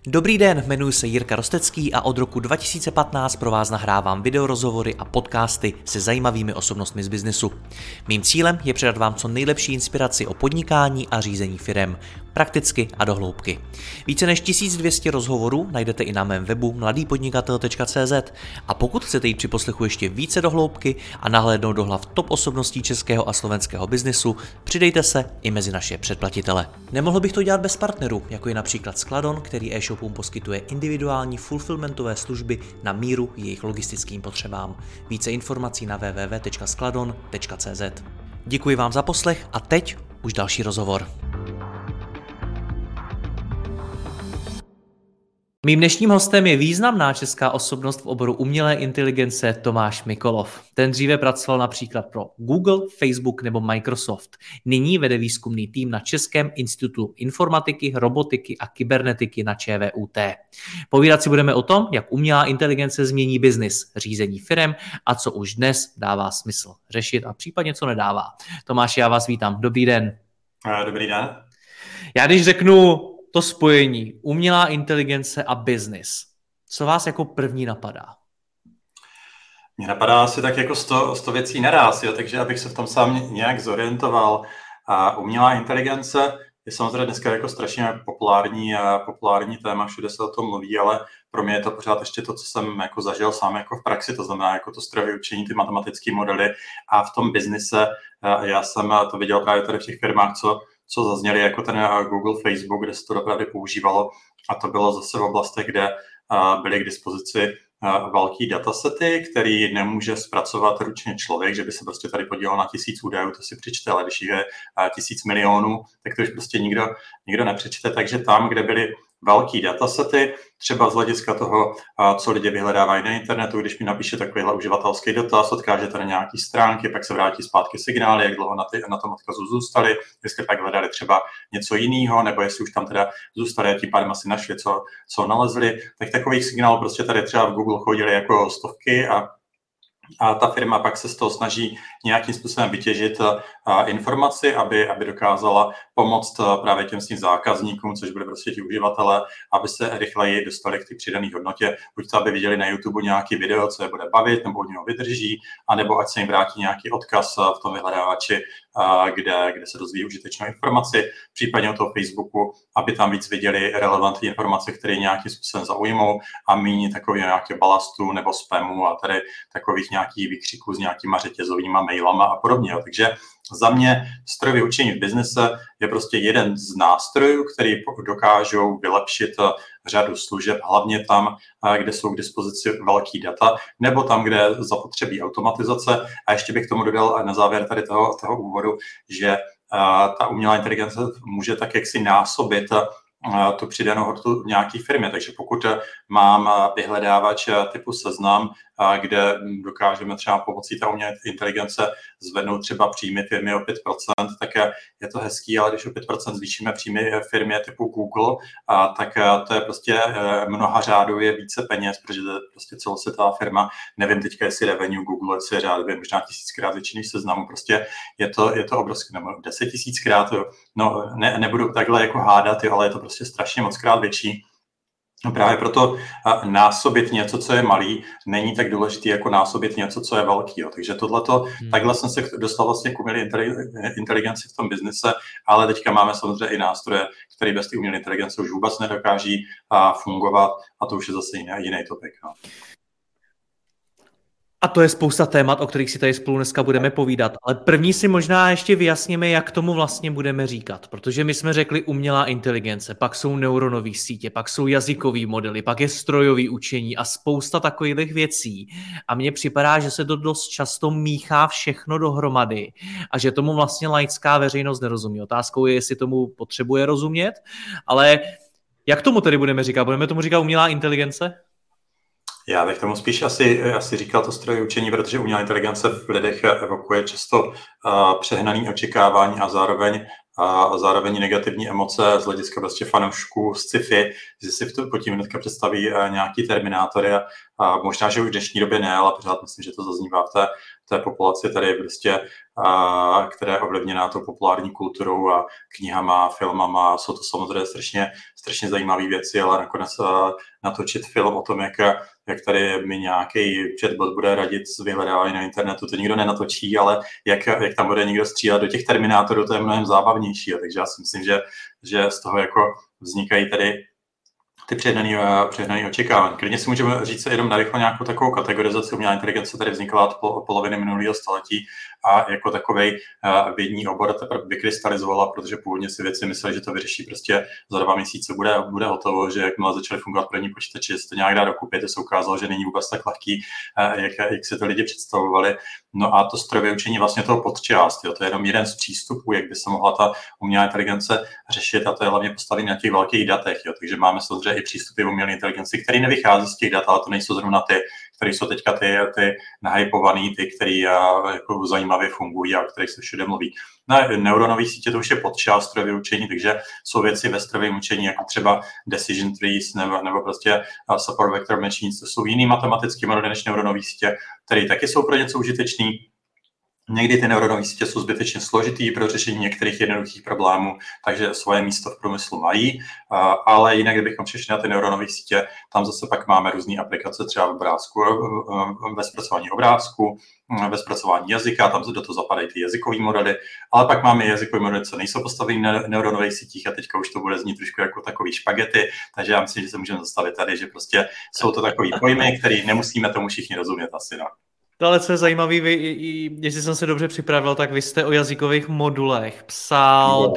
Dobrý den, jmenuji se Jirka Rostecký a od roku 2015 pro vás nahrávám videorozhovory a podcasty se zajímavými osobnostmi z biznesu. Mým cílem je předat vám co nejlepší inspiraci o podnikání a řízení firem, prakticky a do hloubky. Více než 1200 rozhovorů najdete i na mém webu mladýpodnikatel.cz a pokud chcete jít při poslechu ještě více do hloubky a nahlédnout do hlav top osobností českého a slovenského biznesu, přidejte se i mezi naše předplatitele. Nemohl bych to dělat bez partnerů, jako je například Skladon, který e-shopům poskytuje individuální fulfillmentové služby na míru jejich logistickým potřebám. Více informací na www.skladon.cz. Děkuji vám za poslech a teď už další rozhovor. Mým dnešním hostem je významná česká osobnost v oboru umělé inteligence Tomáš Mikolov. Ten dříve pracoval například pro Google, Facebook nebo Microsoft. Nyní vede výzkumný tým na Českém institutu informatiky, robotiky a kybernetiky na ČVUT. Povídat si budeme o tom, jak umělá inteligence změní biznis, řízení firem a co už dnes dává smysl řešit a případně co nedává. Tomáši, já vás vítám. Dobrý den. Dobrý den. Já když řeknu to spojení umělá inteligence a biznis, co vás jako první napadá? Mně napadá asi tak jako 100 věcí naráz, jo? Takže abych se v tom sám nějak zorientoval. A umělá inteligence je samozřejmě dneska jako strašně populární téma, všude se o tom mluví, ale pro mě je to pořád ještě to, co jsem jako zažil sám jako v praxi, to znamená jako to strojové učení, ty matematické modely a v tom biznise. Já jsem to viděl právě tady v těch firmách, co zazněly jako ten Google, Facebook, kde se to opravdu používalo a to bylo zase v oblastech, kde byly k dispozici velký datasety, který nemůže zpracovat ručně člověk, že by se prostě tady podíval na 1000 údajů, to si přečte, ale když je 1000 milionů, tak to už prostě nikdo nepřečte, takže tam, kde byly velký datasety, třeba z hlediska toho, co lidi vyhledávají na internetu, když mi napíše takovýhle uživatelský dotaz, odkážete na nějaké stránky, pak se vrátí zpátky signály, jak dlouho na tom odkazu zůstali, jestli pak hledali třeba něco jiného, nebo jestli už tam teda zůstali a tím pádem asi našli, co nalezli, tak takových signálů prostě tady třeba v Google chodili jako stovky a ta firma pak se z toho snaží nějakým způsobem vytěžit informaci, aby dokázala pomoct právě těm svým zákazníkům, což byly prostě ti uživatelé, aby se rychleji dostali k té přidané hodnotě, buď to, aby viděli na YouTube nějaký video, co je bude bavit, nebo od něho vydrží, anebo ať se jim vrátí nějaký odkaz v tom vyhledávači, kde se dozví užitečnou informaci, případně od toho Facebooku, aby tam víc viděli relevantní informace, které nějakým způsobem zaujmou a míní takový nějaký balastu nebo spamu a tady takových nějakých výkřiků s nějakýma řetězovýma mailama a podobně. Takže za mě strojové učení v biznise je prostě jeden z nástrojů, který dokážou vylepšit řadu služeb, hlavně tam, kde jsou k dispozici velký data, nebo tam, kde zapotřebí automatizace. A ještě bych tomu dodal na závěr tady toho úvodu, že ta umělá inteligence může tak jaksi násobit tu přidanou hodnotu v nějaké firmě. Takže pokud mám vyhledávač typu Seznam, kde dokážeme třeba pomocí té umělé inteligence zvednout třeba příjmy firmy o 5%, tak je to hezký, ale když o 5% zvýšíme příjmy firmě typu Google, tak to je prostě mnohařádově více peněz, protože to je prostě celosvětová firma. Nevím teďka, jestli revenue Google, jestli je řádově možná 1000krát větší než Seznamu, prostě je to obrovský, nebo 10 000krát, no nebudu takhle jako hádat, ale je to prostě strašně mockrát větší. No právě proto násobit něco, co je malý, není tak důležitý jako násobit něco, co je velký. Takže takhle jsem se dostal vlastně k umělé inteligenci v tom biznise, ale teďka máme samozřejmě i nástroje, které bez té umělé inteligence už vůbec nedokáží fungovat a to už je zase jiný topik. No. A to je spousta témat, o kterých si tady spolu dneska budeme povídat. Ale první si možná ještě vyjasníme, jak tomu vlastně budeme říkat. Protože my jsme řekli umělá inteligence, pak jsou neuronové sítě, pak jsou jazykové modely, pak je strojové učení a spousta takových věcí. A mně připadá, že se to dost často míchá všechno dohromady a že tomu vlastně laická veřejnost nerozumí. Otázkou je, jestli tomu potřebuje rozumět, ale jak tomu tedy budeme říkat? Budeme tomu říkat umělá inteligence? Já bych tomu spíš asi říkal to strojové učení, protože umělá inteligence v lidech evokuje často přehnané očekávání a zároveň negativní emoce z hlediska prostě fanoušků z sci-fi, že si pod tím hnedka představí nějaký Terminátory a možná, že už v dnešní době ne, ale pořád myslím, že to zaznívá v té populaci tady prostě, která je ovlivněná tou populární kulturou a knihama, filmama. Jsou to samozřejmě strašně zajímavé věci, ale nakonec natočit film o tom, jak tady mi nějaký chatbot bude radit s vyhledávání na internetu, to nikdo nenatočí, ale jak tam bude někdo střílet do těch terminátorů, to je mnohem zábavnější. Takže já si myslím, že z toho jako vznikají tady ty přednaný očekávání. Klidně si můžeme říct jenom narychlo nějakou takovou kategorizaci. Umělá inteligence tady vznikla od poloviny minulého století a jako takovej vědní obor teprve vykrystalizovala, protože původně si věci mysleli, že to vyřeší prostě za 2 měsíce bude hotovo, že jakmile začaly fungovat první počítači, že se to nějak dá dokupit, to se ukázalo, že není vůbec tak lehký, jak si to lidi představovali. No a to strojové učení vlastně toho podčást, to je jenom jeden z přístupů, jak by se mohla ta umělá inteligence řešit, a to je hlavně postavené na těch velkých datech. Takže máme samozřejmě i přístupy umělé inteligenci, které nevychází z těch dat, ale to nejsou zrovna ty, které jsou teďka ty nahypované, ty, které jako zajímavě fungují a o kterých se všude mluví. Neuronové sítě to už je podčást strojové učení, takže jsou věci ve strojovém učení, jako třeba decision trees nebo prostě support vector machines, to jsou jiný matematické modely než neuronové sítě, které taky jsou pro něco užitečný. Někdy ty neuronové sítě jsou zbytečně složitý pro řešení některých jednoduchých problémů, takže svoje místo v průmyslu mají, ale jinak, kdybychom přišli na ty neuronové sítě, tam zase pak máme různé aplikace třeba v obrázku, ve zpracování obrázku, ve zpracování jazyka, tam se do toho zapadají ty jazykové modely, ale pak máme jazykové modely, co nejsou postaveny na neuronových sítích a teďka už to bude znít trošku jako takový špagety, takže já myslím, že se můžeme zastavit tady, že prostě jsou to takový pojmy, které nemusíme tomu všichni rozumět asi, no. Ale co je zajímavé, jestli jsem se dobře připravil, tak vy jste o jazykových modulech psal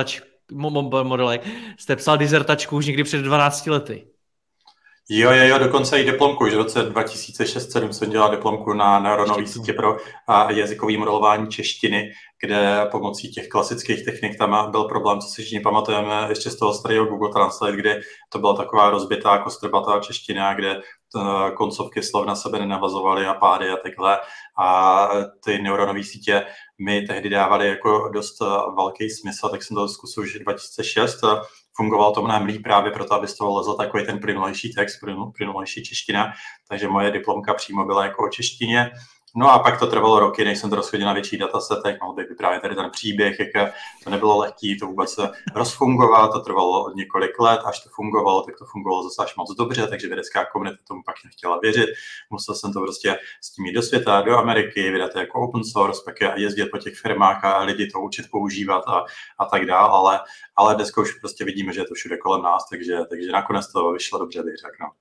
jste psal dizertačku už někdy před 12 lety. Jo, dokonce i diplomku, že v roce 2006-2007 jsem dělal diplomku na neuronové sítě pro jazykové modelování češtiny, kde pomocí těch klasických technik tam byl problém, co si všichni pamatujeme ještě z toho starého Google Translate, kde to byla taková rozbitá, kostrbatá čeština, kde koncovky slov na sebe nenavazovaly a pády a takhle. A ty neuronové sítě mi tehdy dávaly jako dost velký smysl, tak jsem to zkusil už 2006. Fungovalo to mnohem líp právě proto, aby z toho lezl takový ten plynulejší text, plynulejší čeština, takže moje diplomka přímo byla jako o češtině. No a pak to trvalo roky, než jsem to rozchodil na větší datasetech, mohl bych vyprávět tady ten příběh, jak to nebylo lehký to vůbec rozfungovat, to trvalo několik let, až to fungovalo, tak to fungovalo zase až moc dobře, takže vědecká komunita tomu pak nechtěla věřit. Musel jsem to prostě s tím jít do světa, do Ameriky, vydat to jako open source, pak jezdit po těch firmách a lidi to učit používat a tak dále, ale dneska už prostě vidíme, že je to všude kolem nás, takže nakonec to vyšlo dobře, bych řekl. No.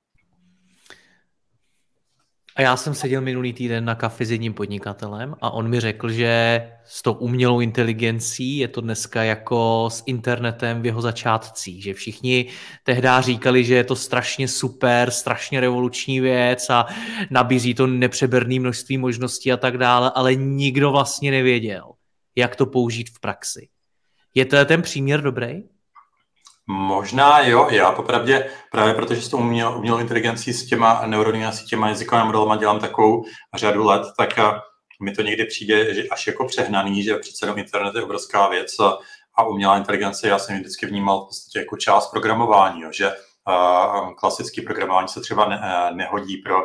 A já jsem seděl minulý týden na kafi s jedním podnikatelem a on mi řekl, že s tou umělou inteligencí je to dneska jako s internetem v jeho začátcích, že všichni tehdy říkali, že je to strašně super, strašně revoluční věc a nabízí to nepřeberné množství možností a tak dále, ale nikdo vlastně nevěděl, jak to použít v praxi. Je to ten příměr dobrý? Možná jo, já popravdě právě protože s tou umělou inteligencí s těma neuronými sítěma jazykovými modelama dělám takovou řadu let, tak mi to někdy přijde že až jako přehnaný, že přece jenom internet je obrovská věc a umělá inteligence já jsem vždycky vnímal v podstatě jako část programování, jo, že klasický programování se třeba nehodí pro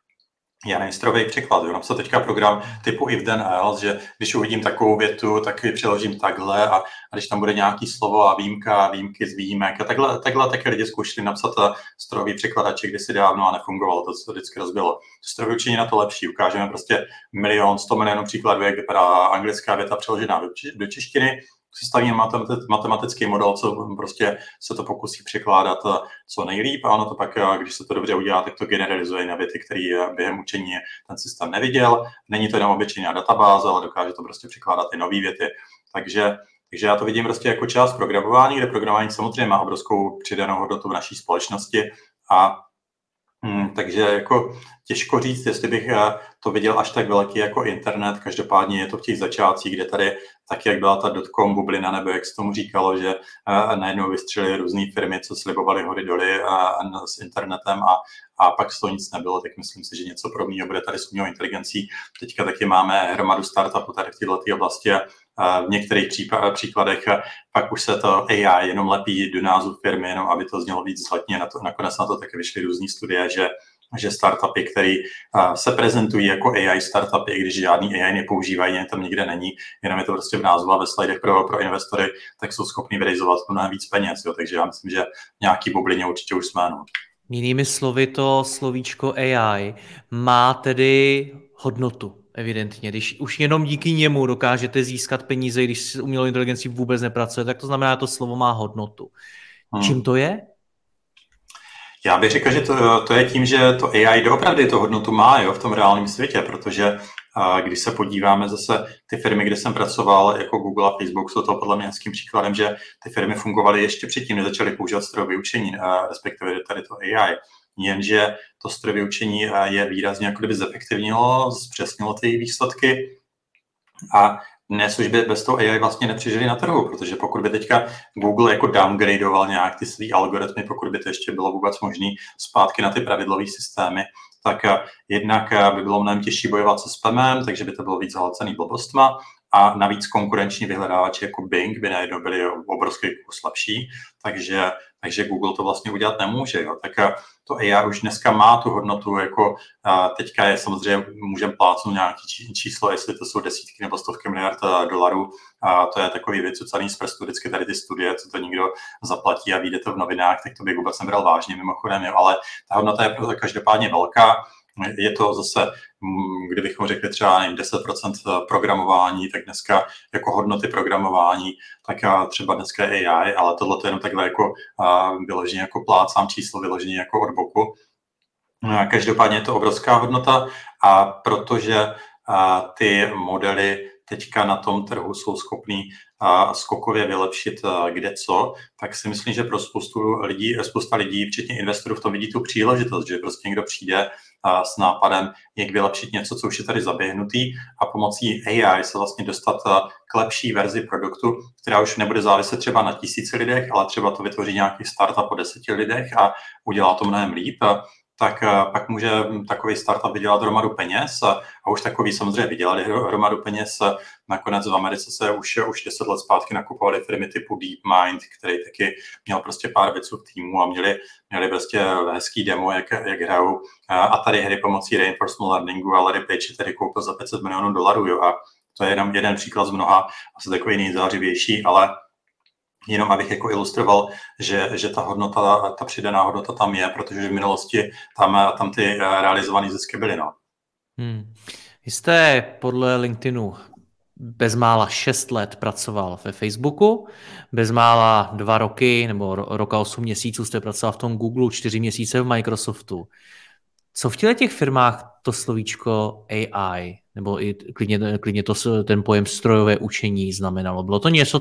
já nevím, strojový překlad, jo. Napsat teďka program typu if then else, že když uvidím takovou větu, tak ji přeložím takhle a když tam bude nějaký slovo a výjimky z výjimek a takhle taky lidi zkoušeli napsat strojový překladače kdysi dávno a nefungovalo, to se vždycky rozbilo. Strojové učení na to lepší, ukážeme prostě 100 milionů příkladů, jak vypadá anglická věta přeložená do češtiny, sestavíme matematický model, co prostě se to pokusí překládat co nejlíp a ono to pak, když se to dobře udělá, tak to generalizuje na věty, které během učení ten systém neviděl. Není to jenom obyčejná databáze, ale dokáže to prostě překládat i nové věty. Takže já to vidím prostě jako část programování, kde programování samozřejmě má obrovskou přidanou hodnotu v naší společnosti a takže jako těžko říct, jestli bych to viděl až tak velký jako internet, každopádně je to v těch začátcích, kde tady tak, jak byla ta dotcom bublina, nebo jak se tomu říkalo, že najednou vystřelily různé firmy, co slibovaly hory doly s internetem a pak z toho nic nebylo, tak myslím si, že něco podobného bude tady s umělou inteligencí. Teďka taky máme hromadu startupů tady v této oblasti a v některých příkladech pak už se to AI jenom lepí do názvu firmy, jenom aby to znělo víc vzhledně. Nakonec na to taky vyšly různé studie, že že startupy, které se prezentují jako AI startupy, když žádný AI nepoužívají, tam nikde není, jenom je to prostě v názvu a ve slidech pro investory, tak jsou schopni vyrealizovat mnohem víc peněz. Jo. Takže já myslím, že nějaký bublině určitě už jsme. No. Jinými slovy, to slovíčko AI má tedy hodnotu, evidentně. Když už jenom díky němu dokážete získat peníze, když s umělou inteligencí vůbec nepracuje, tak to znamená, že to slovo má hodnotu. Čím to je? Já bych řekl, že to je tím, že to AI doopravdy to hodnotu má, jo, v tom reálném světě, protože když se podíváme zase ty firmy, kde jsem pracoval, jako Google a Facebook, jsou to podle mě hezkým příkladem, že ty firmy fungovaly ještě předtím, než začaly používat strojové učení, respektive tady to AI. Jenže to strojové učení je výrazně jako kdyby zefektivnilo, zpřesnilo ty výsledky a dnes už by bez toho AI vlastně nepřežili na trhu, protože pokud by teďka Google jako downgradeoval nějak ty svý algoritmy, pokud by to ještě bylo vůbec možné zpátky na ty pravidlové systémy, tak jednak by bylo mnohem těžší bojovat se spamem, takže by to bylo víc zahlcený blbostma a navíc konkurenční vyhledávači jako Bing by najednou byli obrovský kus lepší, takže Google to vlastně udělat nemůže. Jo. Tak to AI už dneska má tu hodnotu, jako teďka je samozřejmě, můžeme plácnout nějaký číslo, jestli to jsou desítky nebo stovky miliard dolarů, a to je takový věc, co celý z prstu, vždycky tady ty studie, co to někdo zaplatí a vyjde to v novinách, tak to bych vůbec nebral vážně mimochodem, jo. Ale ta hodnota je každopádně velká. Je to zase, kdybychom řekli třeba 10% programování, tak dneska jako hodnoty programování, tak třeba dneska je AI, ale tohle to jenom takhle jako vyloženě jako plácám číslo, vyloženě jako od boku. Každopádně je to obrovská hodnota a protože ty modely teďka na tom trhu jsou schopný skokově vylepšit kdeco, tak si myslím, že pro spousta lidí, včetně investorů, v tom vidí tu příležitost, že prostě někdo přijde s nápadem, jak vylepšit něco, co už je tady zaběhnutý a pomocí AI se vlastně dostat k lepší verzi produktu, která už nebude záviset třeba na 1000 lidech, ale třeba to vytvoří nějaký startup po 10 lidech a udělá to mnohem líp. Tak pak může takový startup vydělat hromadu peněz a už takový samozřejmě vydělali hromadu peněz. Nakonec v Americe se už 10 let zpátky nakupovaly firmy typu DeepMind, který taky měl prostě pár věců v týmu a měli prostě hezký demo, jak hrajou. A tady hry pomocí reinforcement learningu a Larry Page tady koupil za $500 milionů. Jo. A to je jenom jeden příklad z mnoha, asi takový nejzářivější, ale jenom abych jako ilustroval, že ta hodnota, ta přidaná hodnota tam je, protože v minulosti tam ty realizované zisky byly. No. Vy jste podle LinkedInu bezmála 6 let pracoval ve Facebooku, bezmála 2 roky nebo roka 8 měsíců jste pracoval v tom Google, 4 měsíce v Microsoftu. Co v těch firmách to slovíčko AI, nebo i klidně ten pojem strojové učení znamenalo? Bylo to něco,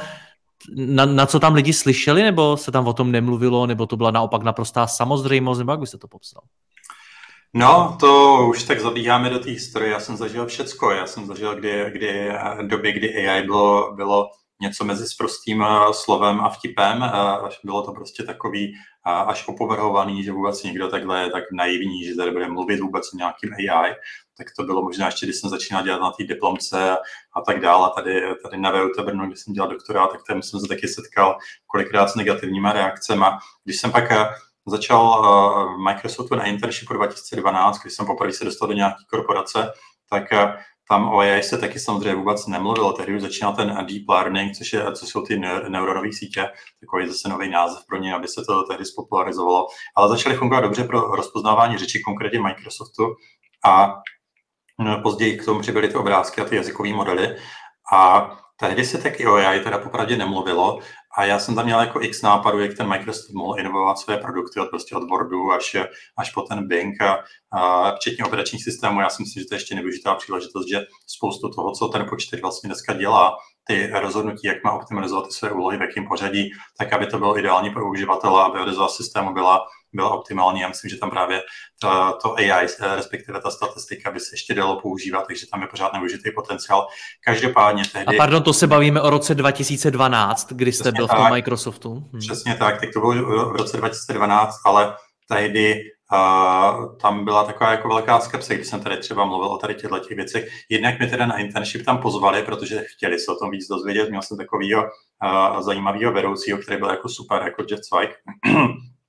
na co tam lidi slyšeli, nebo se tam o tom nemluvilo, nebo to byla naopak naprostá samozřejmost, nebo jak byste to popsal? No, to už tak zabíháme do té historie. Já jsem zažil všecko. Já jsem zažil doby, kdy AI bylo něco mezi sprostým slovem a vtipem. Bylo to prostě takový až opovrhovaný, že vůbec někdo takhle je tak naivní, že tady bude mluvit vůbec o nějakým AI. Tak to bylo možná ještě, když jsem začínal dělat na té diplomce a tak dále. Tady na VUT Brno, kde jsem dělal doktorát, tak tam jsem se taky setkal kolikrát s negativníma reakcemi. Když jsem pak začal v Microsoftu na internshipu 2012, když jsem poprvé se dostal do nějaké korporace, tak tam o AI se taky samozřejmě vůbec nemluvilo. Tehdy už začínal ten deep learning, což jsou ty neuronové sítě, takový zase nový název pro ně, aby se to tehdy spopularizovalo. Ale začaly fungovat dobře pro rozpoznávání řeči, konkrétně Microsoftu. A později k tomu přibyly ty obrázky a ty jazykové modely. A tehdy se taky o AI teda popravdě nemluvilo a já jsem tam měl jako x nápadů, jak ten Microsoft mohl inovovat své produkty od Wordu až po ten Bing a včetně operačních systémů. Já si myslím, že to je ještě nevyužitá příležitost, že spoustu toho, co ten počítač vlastně dneska dělá, ty rozhodnutí, jak má optimalizovat ty své úlohy, v jakém pořadí, tak aby to bylo ideální pro uživatele, aby odezva systému byla optimální. Já myslím, že tam právě to AI, respektive ta statistika, by se ještě dalo používat, takže tam je pořád nevyužitý potenciál. Každopádně tehdy... A pardon, to se bavíme o roce 2012, kdy jste byl v tom Microsoftu. Přesně tak, tak to bylo v roce 2012, ale tehdy tam byla taková jako velká skepse, když jsem tady třeba mluvil o tady těchto věcech. Jednak mě teda na internship tam pozvali, protože chtěli se o tom víc dozvědět. Měl jsem takovýho zajímavého vedoucího, který byl jako super, jako Jeff Zweig.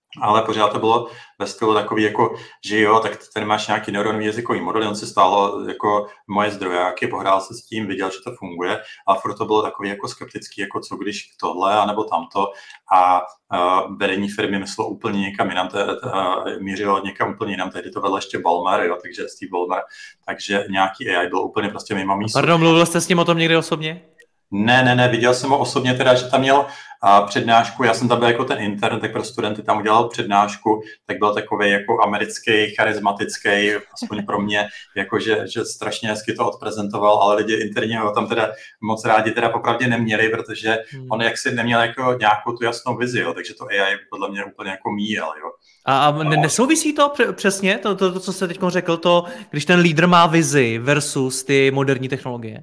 ale pořád to bylo ve stylu takový jako, že jo, tak tady máš nějaký neuronový jazykový model, on si stálo jako moje zdrojáky, pohrál se s tím, viděl, že to funguje, ale furt to bylo takový jako skeptický, jako co když tohle, anebo tamto a vedení firmy myslelo úplně někam jinam, mířilo někam úplně jinam, tehdy to vedl ještě Ballmer, jo, takže Steve Ballmer, takže nějaký AI byl úplně prostě mimo mísu. Pardon, mluvil jste s ním o tom někdy osobně? Ne, viděl jsem ho osobně teda, že tam měl přednášku, já jsem tam byl jako ten intern, tak pro studenty tam udělal přednášku, tak byl takový jako americký, charismatický, aspoň pro mě, jako že strašně hezky to odprezentoval, ale lidi interně ho tam teda moc rádi teda popravdě neměli, protože on jaksi neměl jako nějakou tu jasnou vizi, jo, takže to AI podle mě úplně jako míjel, jo. A nesouvisí to přesně, to, co jste teď řekl, to, když ten lídr má vizi versus ty moderní technologie?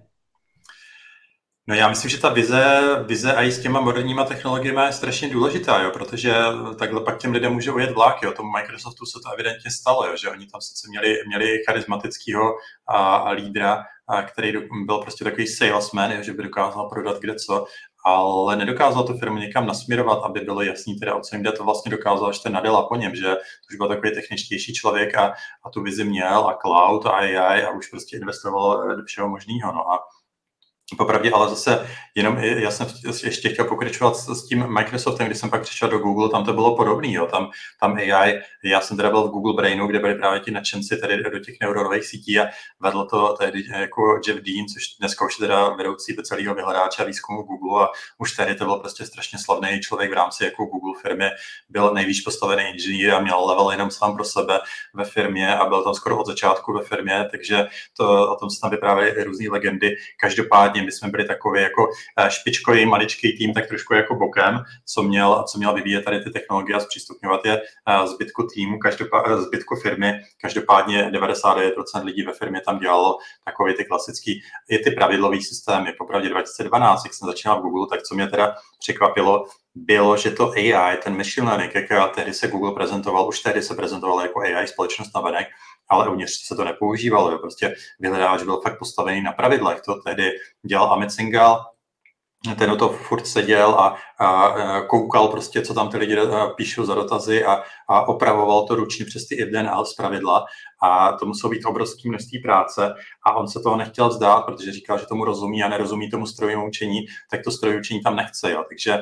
No já myslím, že ta vize a i s těma moderníma technologiemi je strašně důležitá, jo, protože takhle pak těm lidem může ujet vlák, jo. Tomu Microsoftu se to evidentně stalo, jo, že oni tam sice měli charismatického lídra, který byl prostě takový salesman, jo, že by dokázal prodat kde co, ale nedokázal tu firmu někam nasměrovat, aby bylo jasný teda, o co jim jde, to vlastně dokázal až ten Nadella po něm, že to už byl takový techničtější člověk a tu vizi měl a cloud a AI a už prostě investoval do všeho možného, no a popravdě, ale zase jenom já jsem ještě chtěl pokračovat s tím Microsoftem, když jsem pak přišel do Google, tam to bylo podobný, jo, tam AI, já jsem teda byl v Google Brainu, kde byli právě ti nadšenci tedy do těch neuronových sítí a vedl to tehdy jako Jeff Dean, což dneska už je teda vedoucí do celého vyhledáče a výzkumu Google a už tehdy to byl prostě strašně slavný člověk v rámci jako Google firmy, byl nejvíc postavený inženýr a měl level jenom sám pro sebe ve firmě a byl tam skoro od začátku ve firmě, takže o tom se tam vyprávěly různé legendy. Každopádně my jsme byli takový jako špičkový, maličký tým, tak trošku jako bokem, co měl vyvíjet tady ty technologie a zpřístupňovat je zbytku týmu, zbytku firmy. Každopádně 99% lidí ve firmě tam dělalo takový ty klasický, i ty pravidlový systémy. Popravdě 2012, jak jsem začínal v Google, tak co mě teda překvapilo, bylo, že to AI, ten machine learning, jak tehdy se Google prezentoval, už tehdy se prezentoval jako AI společnost navenek, ale uvnitř se to nepoužívalo. Jo. Prostě vyhledávač byl fakt postavený na pravidlech. To tehdy dělal Amit Singhal, ten o to furt seděl a koukal prostě, co tam ty lidi píšou za dotazy a opravoval to ručně přes ty if-then else pravidla a to muselo být obrovské množství práce a on se toho nechtěl vzdát, protože říkal, že tomu rozumí a nerozumí tomu strojovému učení, tak to strojové učení tam nechce. Jo. Takže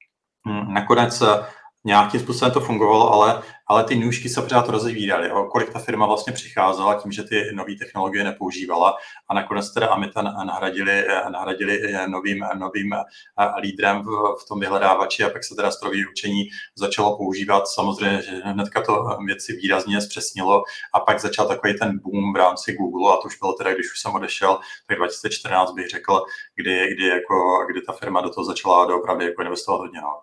nakonec nějakým způsobem to fungovalo, ale ty nůžky se pořád rozvídaly. Kolik ta firma vlastně přicházela tím, že ty nové technologie nepoužívala a nakonec teda Amita nahradili novým lídrem v tom vyhledávači a pak se teda strojové učení začalo používat. Samozřejmě, že hnedka to věci výrazně zpřesnilo a pak začal takový ten boom v rámci Google a to už bylo teda, když už jsem odešel, tak 2014 bych řekl, kdy ta firma do toho začala doopravdy jako investovat hodně. No.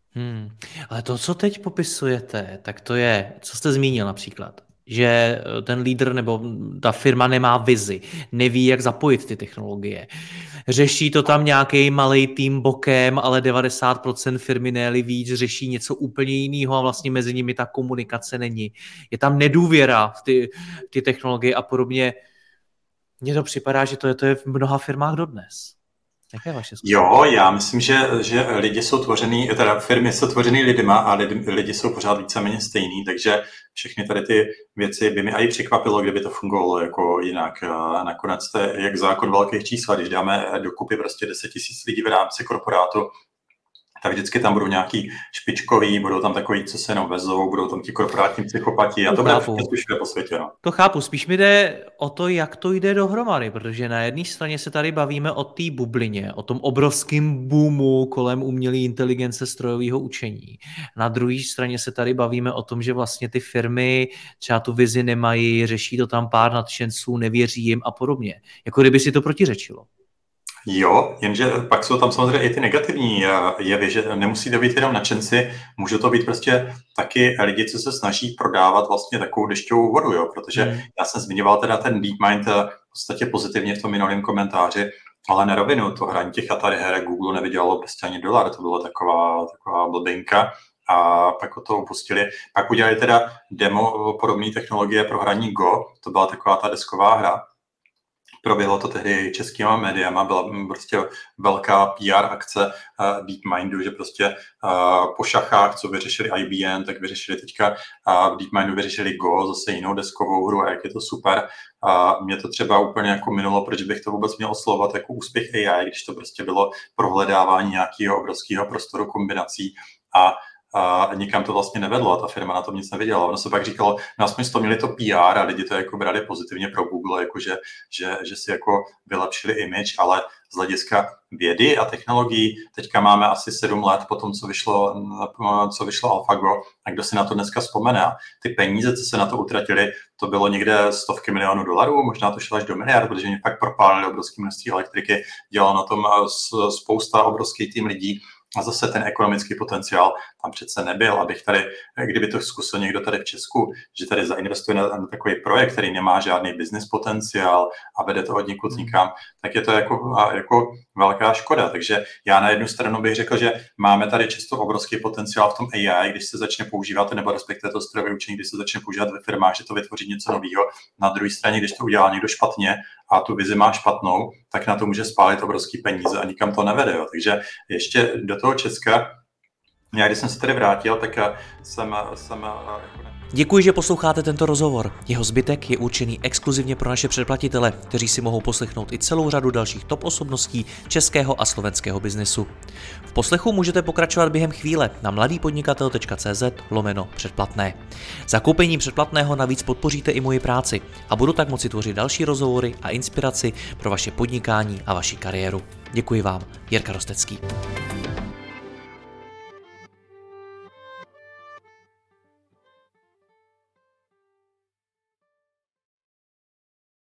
Ale to, co teď popisujete, tak to je, co jste zmínil například, že ten lídr nebo ta firma nemá vizi, neví, jak zapojit ty technologie. Řeší to tam nějaký malej tým bokem, ale 90% firmy, ne-li víc, řeší něco úplně jiného a vlastně mezi nimi ta komunikace není. Je tam nedůvěra v ty technologie a podobně. Mně to připadá, že to je v mnoha firmách dodnes. Jaké je vaše zkušenost? Jo, já myslím, že lidi jsou tvořený, teda firmy jsou tvořený lidma a lidi jsou pořád víceméně stejný, takže všechny tady ty věci by mi i překvapilo, kdyby to fungovalo jako jinak. Nakonec to je jak zákon velkých čísel, když dáme dokupy prostě 10 000 lidí v rámci korporátu, tak vždycky tam budou nějaký špičkoví, budou tam takový, co se jenom vezou, budou tam ti korporátní psychopati a to bude všude po světě. No. To chápu, spíš mi jde o to, jak to jde dohromady, protože na jedné straně se tady bavíme o té bublině, o tom obrovském boomu kolem umělé inteligence strojového učení. Na druhé straně se tady bavíme o tom, že vlastně ty firmy třeba tu vizi nemají, řeší to tam pár nadšenců, nevěří jim a podobně. Jako kdyby si to protiřečilo. Jo, jenže pak jsou tam samozřejmě i ty negativní jevy, že nemusí to být jenom nadšenci, může to být prostě taky lidi, co se snaží prodávat vlastně takovou dešťovou vodu, jo, protože já jsem zmiňoval teda ten DeepMind v podstatě pozitivně v tom minulém komentáři, ale na rovinu to hraní těch Atari her Google nevydělalo prostě ani $1, to byla taková blbinka a pak o to upustili. Pak udělali teda demo podobné technologie pro hraní Go, to byla taková ta desková hra. Proběhlo to tehdy českýma médiama, byla prostě velká PR akce DeepMindu, že prostě po šachách, co vyřešili IBM, tak vyřešili teďka v DeepMindu vyřešili Go, zase jinou deskovou hru a jak je to super. Mě to třeba úplně jako minulo, proč bych to vůbec měl oslovovat jako úspěch AI, když to prostě bylo prohledávání nějakého obrovského prostoru kombinací a nikam to vlastně nevedlo a ta firma na tom nic nevěděla. Ono se pak říkalo, no aspoň to měli to PR a lidi to jako brali pozitivně pro Google, jako že si jako vylepšili image, ale z hlediska vědy a technologií teďka máme asi 7 let po tom, co vyšlo AlphaGo a kdo si na to dneska vzpomene. Ty peníze, co se na to utratili, to bylo někde stovky milionů dolarů, možná to šlo až do miliard, protože oni fakt propálili obrovské množství elektriky, dělal na tom spousta obrovský tým lidí. A zase ten ekonomický potenciál tam přece nebyl, abych tady, kdyby to zkusil někdo tady v Česku, že tady zainvestuje na takový projekt, který nemá žádný business potenciál a vede to od někud nikam, tak je to jako velká škoda. Takže já na jednu stranu bych řekl, že máme tady často obrovský potenciál v tom AI, když se začne používat, nebo respektive to strojové učení, když se začne používat ve firmách, že to vytvoří něco nového. Na druhé straně, když to udělá někdo špatně a tu vizi má špatnou, tak na to může spálit obrovský peníze a nikam to nevede. Jo. Takže ještě do toho Česka, já když jsem se tady vrátil, tak jsem Děkuji, že posloucháte tento rozhovor. Jeho zbytek je určený exkluzivně pro naše předplatitele, kteří si mohou poslechnout i celou řadu dalších top osobností českého a slovenského biznesu. V poslechu můžete pokračovat během chvíle na mladýpodnikatel.cz/předplatné. Zakoupením předplatného navíc podpoříte i moji práci a budu tak moci tvořit další rozhovory a inspiraci pro vaše podnikání a vaši kariéru. Děkuji vám, Jirka Rostecký.